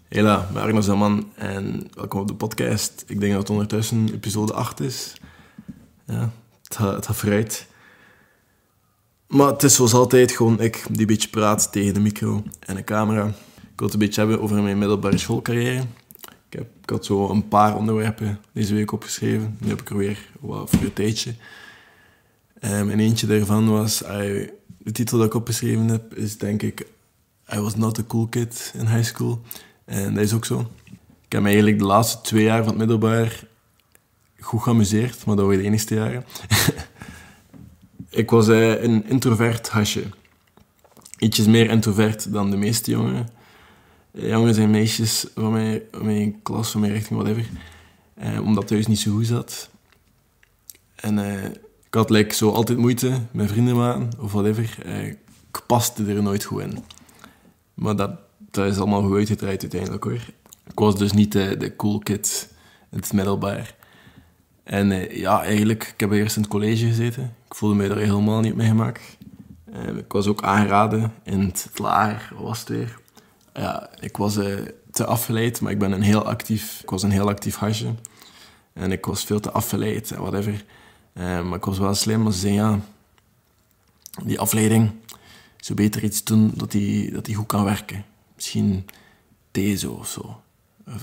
Hela, ik ben Arno Zaman en welkom op de podcast. Ik denk dat het ondertussen episode 8 is. Ja, het gaat vooruit. Maar het is zoals altijd gewoon ik die een beetje praat tegen de micro en de camera. Ik wil het een beetje hebben over mijn middelbare schoolcarrière. Ik had zo een paar onderwerpen deze week opgeschreven. Nu heb ik er weer wat voor een tijdje. En eentje daarvan was... de titel dat ik opgeschreven heb is denk ik... I was not a cool kid in high school. En dat is ook zo. Ik heb me eigenlijk de laatste 2 jaar van het middelbaar goed geamuseerd, maar dat waren de enigste jaren. Ik was een introvert hasje. Ietsjes meer introvert dan de meeste jongens en meisjes van mijn klas, van mijn richting, whatever. Omdat thuis niet zo goed zat. En ik had zo altijd moeite met vrienden maken, of whatever. Ik paste er nooit goed in. Maar dat is allemaal goed uitgedraaid uiteindelijk, hoor. Ik was dus niet de cool kid in het middelbaar. En eigenlijk, ik heb eerst in het college gezeten. Ik voelde mij daar helemaal niet mee gemak. Ik was ook aangeraden in het lager, wat was het weer? Ja, ik was te afgeleid, maar ik was een heel actief hasje. En ik was veel te afgeleid en whatever. Maar ik was wel slim, maar ze zeiden, ja, die afleiding, zo beter iets doen dat die goed kan werken. Misschien deze of zo. Of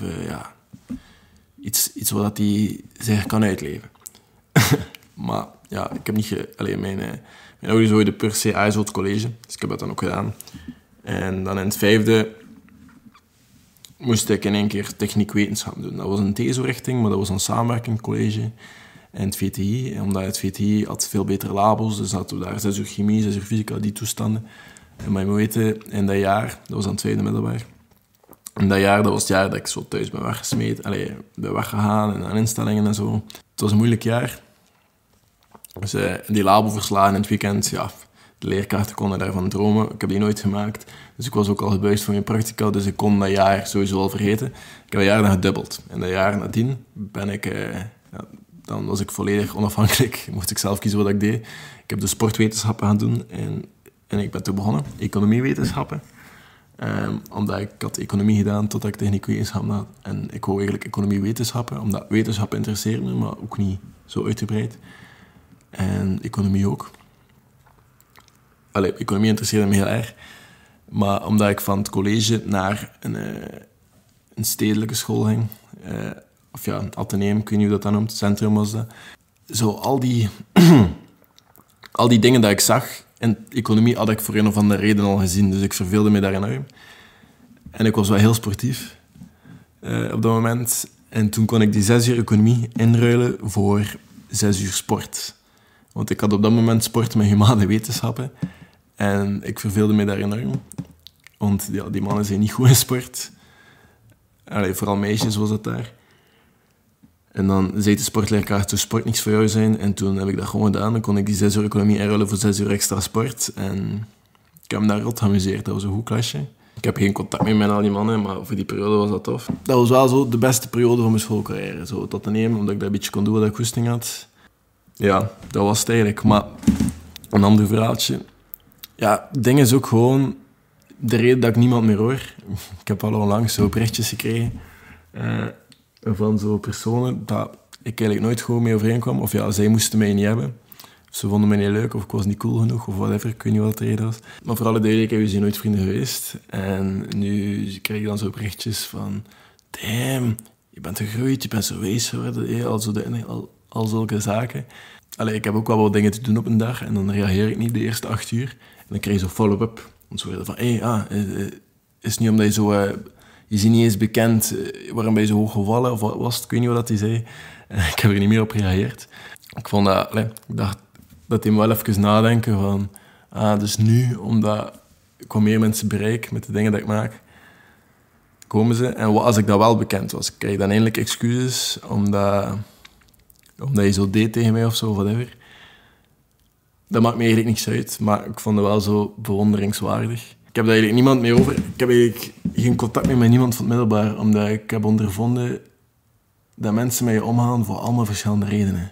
iets wat hij zich kan uitleven. Maar ja, ik heb niet... Mijn ouders wilden per se ASO het college, dus ik heb dat dan ook gedaan. En dan in het 5e moest ik in één keer techniek wetenschap doen. Dat was een TESO-richting, maar dat was een samenwerkingscollege. En het VTI, omdat het VTI had veel betere labels, dus hadden we daar 6 uur chemie, 6 uur fysica, die toestanden. En maar je moet weten, in dat jaar, dat was aan het 2e middelbaar, in dat jaar, dat was het jaar dat ik zo thuis ben weggesmeed, ben weggegaan en aan instellingen en zo. Het was een moeilijk jaar. Dus die labo verslagen in het weekend, ja, de leerkrachten konden daarvan dromen. Ik heb die nooit gemaakt, dus ik was ook al gebuist voor mijn practica, dus ik kon dat jaar sowieso al vergeten. Ik heb dat jaar dan gedubbeld. En dat jaar nadien ben ik... dan was ik volledig onafhankelijk, mocht ik zelf kiezen wat ik deed. Ik heb de sportwetenschappen gaan doen en ik ben toen begonnen, economiewetenschappen. Omdat ik had economie gedaan totdat ik techniek wetenschap had. En ik wou eigenlijk economiewetenschappen, omdat wetenschap interesseert me, maar ook niet zo uitgebreid. En economie ook. Economie interesseerde me heel erg. Maar omdat ik van het college naar een stedelijke school ging... of ja, een ateneum, ik weet niet hoe dat noemt, centrum was dat. Zo, al die dingen dat ik zag in economie had ik voor een of andere reden al gezien, dus ik verveelde me daar enorm. En ik was wel heel sportief op dat moment. En toen kon ik die 6 uur economie inruilen voor 6 uur sport. Want ik had op dat moment sport met humane wetenschappen. En ik verveelde me daar enorm. Want ja, die mannen zijn niet goed in sport. Vooral meisjes was het daar. En dan zei de sportleerkracht, dus sport niks voor jou zijn. En toen heb ik dat gewoon gedaan. Dan kon ik die 6 uur economie inruilen voor 6 uur extra sport. En ik heb me daar rot geamuseerd. Dat was een goed klasje. Ik heb geen contact meer met al die mannen, maar voor die periode was dat tof. Dat was wel zo de beste periode van mijn schoolcarrière. Zo tot te nemen, omdat ik dat een beetje kon doen wat ik goesting had. Ja, dat was het eigenlijk. Maar een ander verhaaltje. Ja, het ding is ook gewoon de reden dat ik niemand meer hoor. Ik heb al onlangs zo berichtjes gekregen... van zo'n personen dat ik eigenlijk nooit gewoon mee overeenkwam. Of ja, zij moesten mij niet hebben. Of ze vonden mij niet leuk, of ik was niet cool genoeg, of whatever. Ik weet niet wat de reden was. Maar voor alle duidelijkheid, we zijn nooit vrienden geweest. En nu krijg ik dan zo berichtjes van... Damn, je bent gegroeid, je bent zo wijs geworden. Al zulke zaken. Ik heb ook wel wat dingen te doen op een dag. En dan reageer ik niet de eerste 8 uur. En dan krijg je zo follow-up. En zo van, is niet omdat je zo... je ziet niet eens bekend, waarom ben je zo hoog gevallen, of wat was het, ik weet niet wat hij zei. Ik heb er niet meer op gereageerd. Ik vond dat, ik dacht dat hij me wel even nadenken van, dus nu, omdat ik wat meer mensen bereik met de dingen die ik maak, komen ze. En wat als ik dat wel bekend was, krijg ik dan eindelijk excuses, omdat je zo deed tegen mij of zo, whatever. Dat maakt me eigenlijk niks uit, maar ik vond het wel zo bewonderingswaardig. Ik heb daar eigenlijk niemand meer over. Ik heb eigenlijk geen contact meer met niemand van het middelbaar, omdat ik heb ondervonden dat mensen met je omgaan voor allemaal verschillende redenen.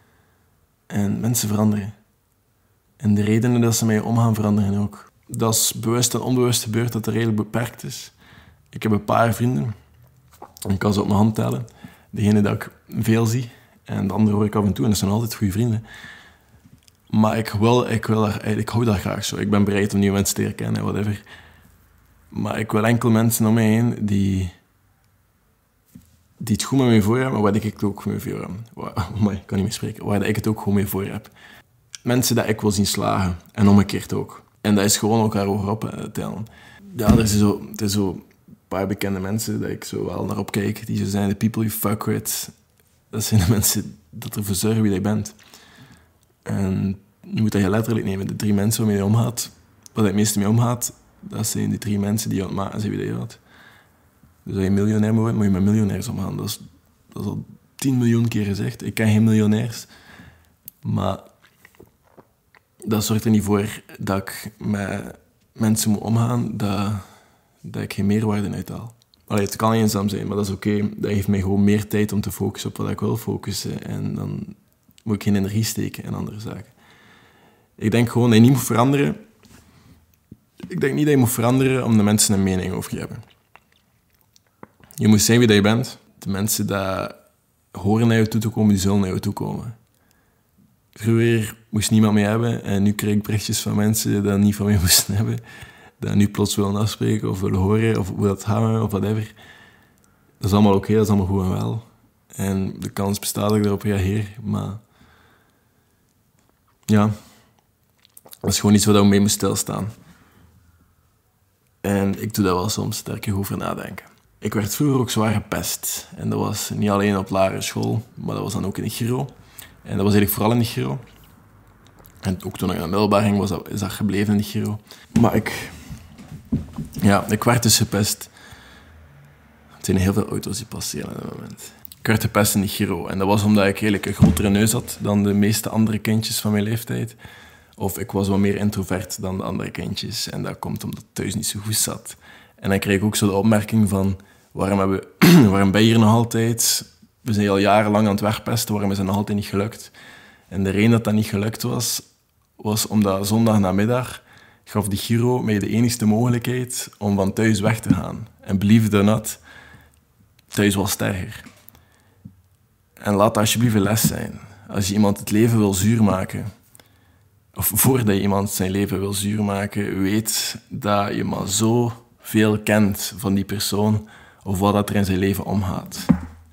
En mensen veranderen. En de redenen dat ze met je omgaan veranderen ook. Dat is bewust en onbewust gebeurd dat er redelijk beperkt is. Ik heb een paar vrienden. Ik kan ze op mijn hand tellen. Degene dat ik veel zie. En de andere hoor ik af en toe. En dat zijn altijd goede vrienden. Maar ik hou dat graag zo. Ik ben bereid om nieuwe mensen te leren kennen, whatever. Maar ik wil enkel mensen om mij heen die het goed met mij voor hebben, maar waar ik het ook goed mee voor heb. Ik kan niet meer spreken. Waar ik het ook goed mee voor heb. Mensen dat ik wil zien slagen. En omgekeerd ook. En dat is gewoon elkaar hogerop tellen. Ja, er zijn zo een paar bekende mensen dat ik zo wel naar op kijk. Die zo zijn de people you fuck with. Dat zijn de mensen dat ervoor zorgen wie je bent. En je moet dat je letterlijk nemen. De 3 mensen waarmee je omgaat, waar je het meeste mee omgaat, dat zijn die 3 mensen die je aan het maken zijn wie je bent. Dus als je miljonair moet worden, moet je met miljonairs omgaan. Dat is al 10 miljoen keer gezegd. Ik ken geen miljonairs. Maar dat zorgt er niet voor dat ik met mensen moet omgaan dat ik geen meerwaarde uithaal. Allee, het kan eenzaam zijn, maar dat is oké. Dat geeft mij gewoon meer tijd om te focussen op wat ik wil focussen. En dan moet ik geen energie steken in andere zaken. Ik denk gewoon dat je niet moet veranderen. Ik denk niet dat je moet veranderen om de mensen een mening over je hebben. Je moet zijn wie dat je bent. De mensen die horen naar je toe te komen, die zullen naar je toe komen. Vroeger moest niemand mee hebben en nu krijg ik berichtjes van mensen die niet van mij moesten hebben. Die nu plots willen afspreken of willen horen of hoe dat gaat of whatever. Dat is allemaal oké, dat is allemaal goed en wel. En de kans bestaat dat ik daarop reageer, maar ja, dat is gewoon iets waar ik mee moet stilstaan. En ik doe dat wel soms sterk over nadenken. Ik werd vroeger ook zwaar gepest. En dat was niet alleen op lagere school, maar dat was dan ook in de Giro. En dat was eigenlijk vooral in de Giro. En ook toen ik naar middelbaar ging, is dat gebleven in de Giro. Maar ik werd dus gepest. Er zijn heel veel auto's die passeren op dat moment. Ik werd gepest in de Giro. En dat was omdat ik eigenlijk een grotere neus had dan de meeste andere kindjes van mijn leeftijd. Of ik was wat meer introvert dan de andere kindjes. En dat komt omdat het thuis niet zo goed zat. En dan kreeg ik ook zo de opmerking van... waarom ben je hier nog altijd? We zijn al jarenlang aan het wegpesten. Waarom is het nog altijd niet gelukt? En de reden dat dat niet gelukt was omdat zondag namiddag gaf de Giro mij de enigste mogelijkheid om van thuis weg te gaan. En believe it or not, thuis was sterker. En laat dat alsjeblieft een les zijn. Als je iemand het leven wil zuur maken... of voordat je iemand zijn leven wil zuur maken... weet dat je maar zo veel kent van die persoon... of wat er in zijn leven omgaat.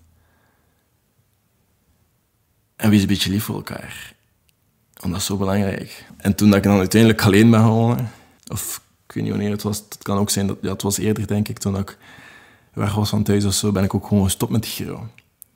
En wees een beetje lief voor elkaar. Want dat is zo belangrijk. En toen dat ik dan uiteindelijk alleen ben gewonnen... of ik weet niet wanneer het was... het kan ook zijn dat... ja, het was eerder, denk ik, toen ik weg was van thuis of zo... ben ik ook gewoon gestopt met de Giro.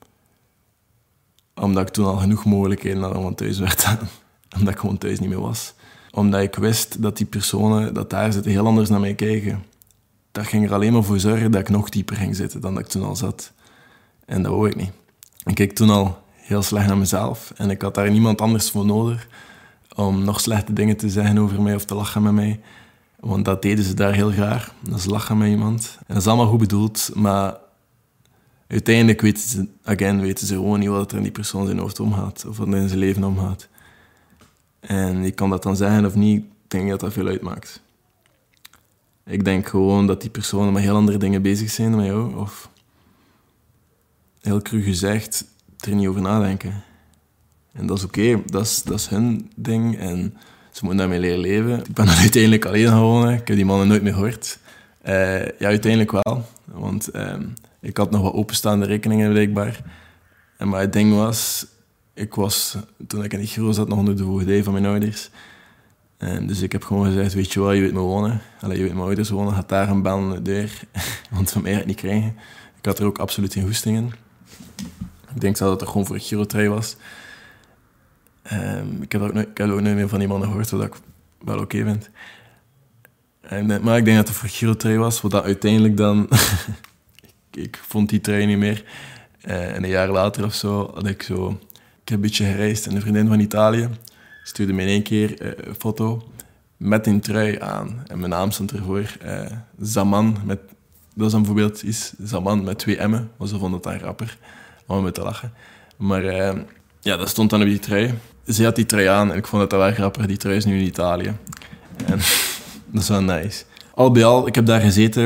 Omdat ik toen al genoeg mogelijkheden had om van thuis weg te gaan. Omdat ik gewoon thuis niet meer was. Omdat ik wist dat die personen dat daar zitten heel anders naar mij kijken. Dat ging er alleen maar voor zorgen dat ik nog dieper ging zitten dan dat ik toen al zat. En dat wou ik niet. Ik keek toen al heel slecht naar mezelf. En ik had daar niemand anders voor nodig om nog slechte dingen te zeggen over mij of te lachen met mij. Want dat deden ze daar heel graag. Dat is lachen met iemand. En dat is allemaal goed bedoeld, maar uiteindelijk weten ze gewoon niet wat er in die persoon zijn hoofd omgaat. Of wat er in zijn leven omgaat. En je kan dat dan zeggen of niet, ik denk dat dat veel uitmaakt. Ik denk gewoon dat die personen met heel andere dingen bezig zijn dan jou. Of heel cru gezegd, er niet over nadenken. En dat is oké, dat is hun ding en ze moeten daarmee leren leven. Ik ben dan uiteindelijk alleen gewonnen, ik heb die mannen nooit meer gehoord. Ja, uiteindelijk wel, want ik had nog wat openstaande rekeningen blijkbaar. Maar het ding was, toen ik in de Giro zat, nog onder de voogdij van mijn ouders. Dus ik heb gewoon gezegd, weet je wel, je weet me wonen. Allee, je weet mijn ouders wonen, gaat daar een bel aan de deur. Want van mij ga ik het niet krijgen. Ik had er ook absoluut geen goesting in. Ik denk zelf dat het gewoon voor een Giro-trui was. Ik heb ook nooit meer van die mannen gehoord, wat ik wel oké vind. Maar ik denk dat het voor een Giro-trui was, wat dat uiteindelijk dan... ik vond die trui niet meer. En een jaar later of zo had ik zo... Ik heb een beetje gereisd en een vriendin van Italië stuurde me in één keer een foto met een trui aan. En mijn naam stond ervoor. Zaman, dat is dan bijvoorbeeld iets. Zaman met 2 M'en. Want ze vonden het dan rapper om me te lachen. Maar ja, dat stond dan op die trui. Ze had die trui aan en ik vond dat wel grappig. Die trui is nu in Italië. En dat is wel nice. Al bij al, ik heb daar gezeten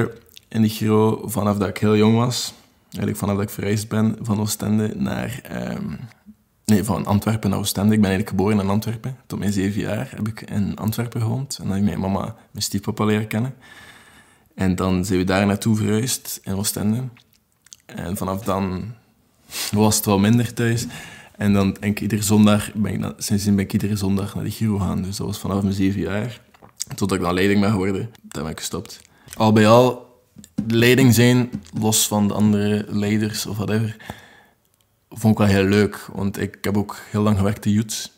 in de Giro vanaf dat ik heel jong was. Eigenlijk vanaf dat ik verhuisd ben van Oostende naar... van Antwerpen naar Oostende. Ik ben eigenlijk geboren in Antwerpen. Tot mijn 7 jaar heb ik in Antwerpen gewoond. En dan heb ik mijn mama, mijn stiefpapa leren kennen. En dan zijn we daar naartoe verhuisd, in Oostende. En vanaf dan was het wel minder thuis. En dan ben ik iedere zondag, sindsdien ben ik iedere zondag naar de Giro gaan. Dus dat was vanaf mijn 7 jaar. Totdat ik dan leiding ben geworden. Dan ben ik gestopt. Al bij al, de leiding zijn, los van de andere leiders of whatever, vond ik wel heel leuk. Want ik heb ook heel lang gewerkt in youths.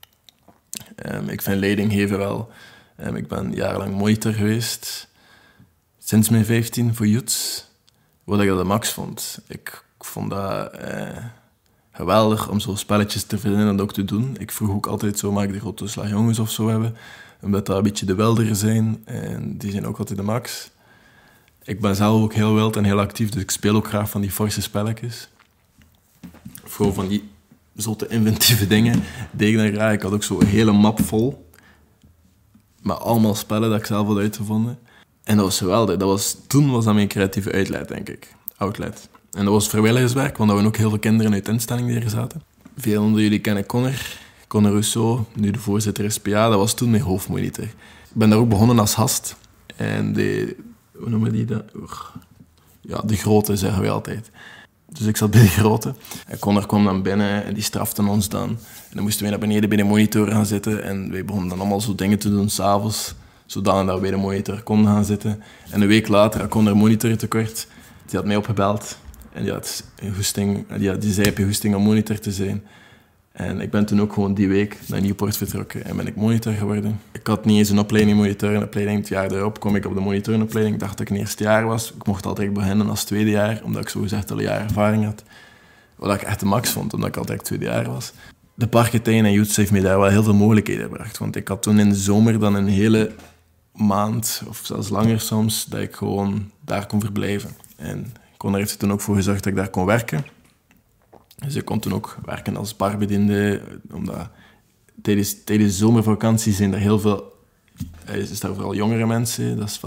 Ik vind leiding geven wel. Ik ben jarenlang monitor geweest. Sinds mijn 15 voor youths. Wat ik dat de max vond. Ik vond dat geweldig om zo spelletjes te verzinnen en dat ook te doen. Ik vroeg ook altijd zo, mag ik de grote slag jongens of zo hebben? Omdat dat een beetje de wilderen zijn. En die zijn ook altijd de max. Ik ben zelf ook heel wild en heel actief. Dus ik speel ook graag van die forse spelletjes. Vooral van die zotte inventieve dingen deed ik dan graag. Ik had ook zo'n hele map vol. Met allemaal spellen dat ik zelf had uitgevonden. En dat was geweldig. Toen was dat mijn creatieve outlet, denk ik. Outlet. En dat was vrijwilligerswerk, want er waren ook heel veel kinderen uit instellingen die er zaten. Veel onder jullie kennen Connor Rousseau, nu de voorzitter SPA. Dat was toen mijn hoofdmonitor. Ik ben daar ook begonnen als gast. En hoe noemen die dat? Ja, de grote, zeggen we altijd. Dus ik zat bij de grote. En Connor kwam dan binnen en die strafte ons dan. En dan moesten wij naar beneden bij de monitor gaan zitten. En wij begonnen dan allemaal zo dingen te doen s'avonds. Zodanig dat we bij de monitor konden gaan zitten. En een week later had Connor monitor tekort. Die had mij opgebeld. En die had goesting, die zei heb je goesting om monitor te zijn. En ik ben toen ook gewoon die week naar Nieuwpoort vertrokken en ben ik monitor geworden. Ik had niet eens een opleiding monitor. Een opleiding het jaar daarop kwam ik op de monitorenopleiding. Ik dacht dat ik in eerste jaar was. Ik mocht altijd beginnen als tweede jaar, omdat ik zogezegd al een jaar ervaring had. Wat ik echt de max vond, omdat ik altijd tweede jaar was. De parkettijn en youths heeft mij daar wel heel veel mogelijkheden gebracht. Want ik had toen in de zomer dan een hele maand, of zelfs langer soms, dat ik gewoon daar kon verblijven. En Connor heeft er toen ook voor gezorgd dat ik daar kon werken. Dus ik kon toen ook werken als barbediende, omdat tijdens de zomervakantie zijn er heel veel... is daar vooral jongere mensen, dat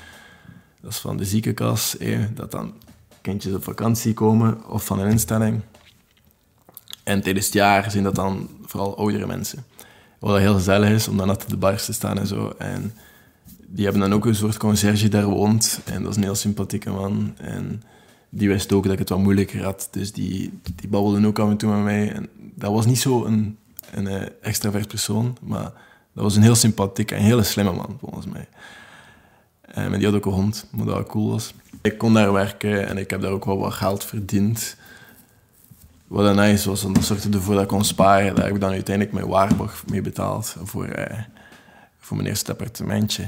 is van de ziekenkas, dat dan kindjes op vakantie komen, of van een instelling. En tijdens het jaar zijn dat dan vooral oudere mensen. Wat heel gezellig is, om dan achter de bars te staan en zo. En die hebben dan ook een soort conciërge daar woont, en dat is een heel sympathieke man. En die wist ook dat ik het wat moeilijker had, dus die babbelden ook af en toe met mij. En dat was niet zo een extravert persoon, maar dat was een heel sympathiek en hele slimme man, volgens mij. En die had ook een hond, wat dat cool was. Ik kon daar werken en ik heb daar ook wel wat geld verdiend. Wat dan nice was, want dat zorgde ervoor dat ik kon sparen. Daar heb ik dan uiteindelijk mijn waarborg mee betaald voor mijn eerste appartementje.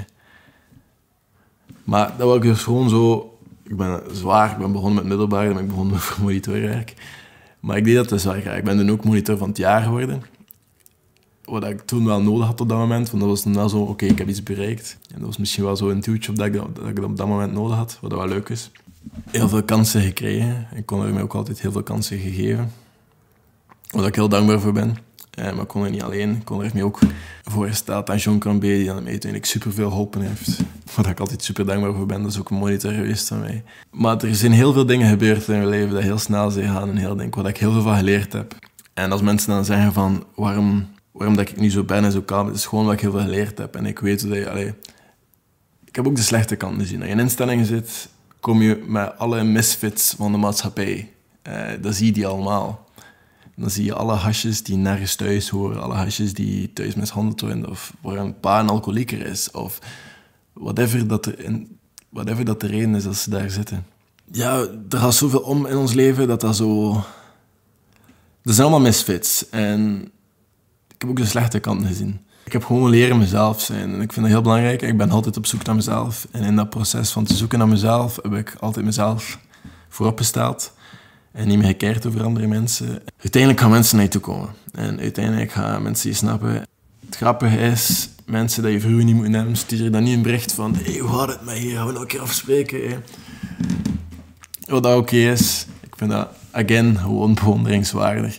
Maar dat was ik dus gewoon zo... Ik ben begonnen met middelbaar, dan ben ik begonnen met monitorwerk. Maar ik deed dat dus wel graag. Ik ben dan ook monitor van het jaar geworden. Wat ik toen wel nodig had op dat moment, want dat was dan wel zo, oké, ik heb iets bereikt. En dat was misschien wel zo een duwtje dat ik op dat moment nodig had, wat wel leuk is. Heel veel kansen gekregen. Ik kon er mij ook altijd heel veel kansen gegeven. Waar ik heel dankbaar voor ben. Maar ik kon er niet alleen. Ik kon er mij ook voorgesteld aan John Cambé, die mij uiteindelijk superveel geholpen heeft. Waar ik altijd super dankbaar voor ben. Dat is ook een monitor geweest van mij. Maar er zijn heel veel dingen gebeurd in mijn leven dat heel snel zijn gaan en heel denk, waar ik heel veel van geleerd heb. En als mensen dan zeggen van, waarom dat ik nu zo ben en zo kalm, het is gewoon wat ik heel veel geleerd heb. En ik weet dat ik heb ook de slechte kanten gezien. Als je in instellingen zit, kom je met alle misfits van de maatschappij. Dat zie je die allemaal. Dan zie je alle hasjes die nergens thuis horen, alle hasjes die thuis mishandeld worden, of waar een pa een alcoholieker is, of whatever dat de reden is dat ze daar zitten. Ja, er gaat zoveel om in ons leven dat zo... Er zijn allemaal misfits. En ik heb ook de slechte kanten gezien. Ik heb gewoon leren mezelf zijn. En ik vind dat heel belangrijk. Ik ben altijd op zoek naar mezelf. En in dat proces van te zoeken naar mezelf heb ik altijd mezelf voorop gesteld. En niet meer gekeerd over andere mensen. Uiteindelijk gaan mensen naar je toe komen. En uiteindelijk gaan mensen je snappen. Het grappige is, mensen dat je vroeger niet moeten hebben, sturen dan niet een bericht van hey, hoe gaat het met je? Gaan we nog een keer afspreken? Hey? Wat dat oké is. Ik vind dat, again, gewoon bewonderingswaardig.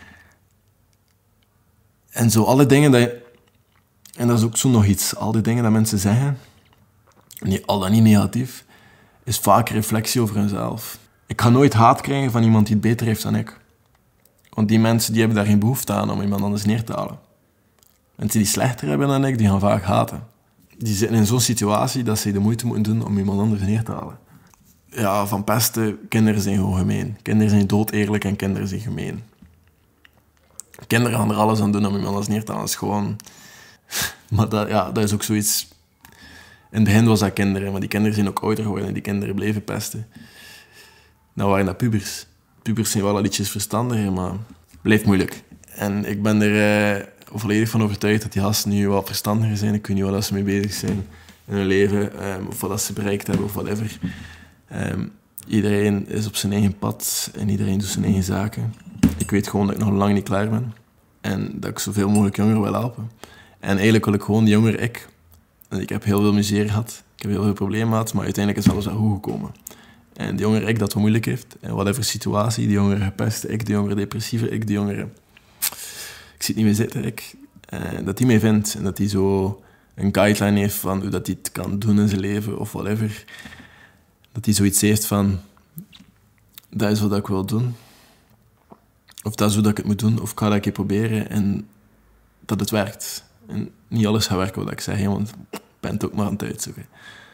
En zo alle dingen dat je... En dat is ook zo nog iets. Al die dingen dat mensen zeggen, al dan niet negatief, is vaak reflectie over hunzelf. Ik ga nooit haat krijgen van iemand die het beter heeft dan ik. Want die mensen die hebben daar geen behoefte aan om iemand anders neer te halen. Mensen die slechter hebben dan ik, die gaan vaak haten. Die zitten in zo'n situatie dat ze de moeite moeten doen om iemand anders neer te halen. Ja, van pesten, kinderen zijn gewoon gemeen. Kinderen zijn doodeerlijk en kinderen zijn gemeen. Kinderen gaan er alles aan doen om iemand anders neer te halen. Dat is gewoon... Maar dat is ook zoiets... In het begin was dat kinderen, maar die kinderen zijn ook ouder geworden en die kinderen bleven pesten. Nou waren dat pubers. Pubers zijn wel al ietsjes verstandiger, maar het blijft moeilijk. En ik ben er volledig van overtuigd dat die gasten nu wat verstandiger zijn. Ik weet niet wat ze mee bezig zijn in hun leven, of wat ze bereikt hebben, of whatever. Iedereen is op zijn eigen pad en iedereen doet zijn eigen zaken. Ik weet gewoon dat ik nog lang niet klaar ben. En dat ik zoveel mogelijk jongeren wil helpen. En eigenlijk wil ik gewoon die jongere ik. En ik heb heel veel misère gehad. Ik heb heel veel problemen gehad, maar uiteindelijk is alles wel goed gekomen. En die jongere ik dat wat moeilijk heeft, en whatever situatie, die jongere gepeste ik, die jongere depressieve ik, die jongere... Ik zie het niet meer zitten, dat die mij vindt en dat die zo een guideline heeft van hoe dat hij het kan doen in zijn leven of whatever. Dat hij zoiets heeft van, dat is wat ik wil doen. Of dat is hoe dat ik het moet doen, of ik ga dat een keer proberen en dat het werkt. En niet alles gaat werken wat ik zeg, want ik ben het ook maar aan het uitzoeken.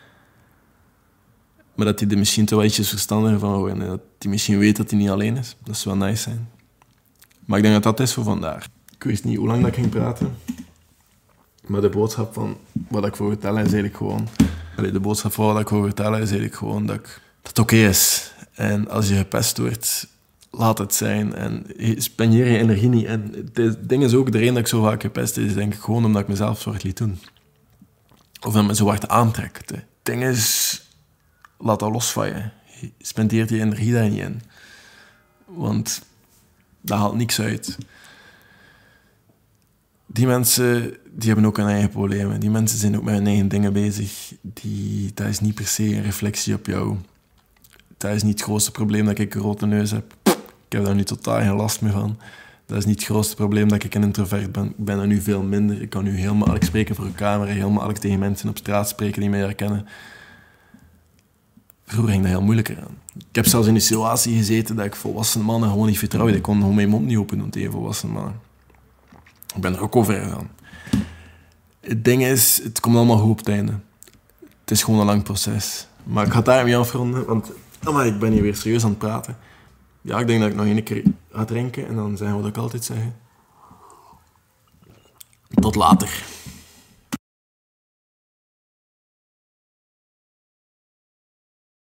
Maar dat hij er misschien toch wel ietsjes verstandiger van wordt en dat hij misschien weet dat hij niet alleen is. Dat zou wel nice zijn. Maar ik denk dat dat is voor vandaag. Ik wist niet hoe lang dat ik ging praten. Maar de boodschap van wat ik wil vertellen is eigenlijk gewoon... De boodschap van wat ik wil vertellen is eigenlijk gewoon dat het oké is. En als je gepest wordt, laat het zijn. En spendeer je energie niet. En het ding is ook, de reden dat ik zo vaak gepest is denk ik gewoon omdat ik mezelf zo hard liet doen. Of dat me zo hard aantrekt. Het ding is, laat dat los van je. Spendeer die energie daar niet in. Want dat haalt niks uit. Die mensen die hebben ook hun eigen problemen. Die mensen zijn ook met hun eigen dingen bezig. Dat is niet per se een reflectie op jou. Dat is niet het grootste probleem dat ik een grote neus heb. Ik heb daar nu totaal geen last meer van. Dat is niet het grootste probleem dat ik een introvert ben. Ik ben er nu veel minder. Ik kan nu heel makkelijk spreken voor een camera. Heel makkelijk tegen mensen op straat spreken die mij herkennen. Vroeger ging dat heel moeilijker aan. Ik heb zelfs in een situatie gezeten dat ik volwassen mannen gewoon niet vertrouwde. Ik kon gewoon mijn mond niet open doen tegen volwassen mannen. Ik ben er ook over gegaan. Het ding is, het komt allemaal goed op het einde. Het is gewoon een lang proces. Maar ik ga het daarmee afronden, want ik ben hier weer serieus aan het praten. Ja, ik denk dat ik nog één keer ga drinken en dan zeggen we wat ik altijd zeg. Tot later.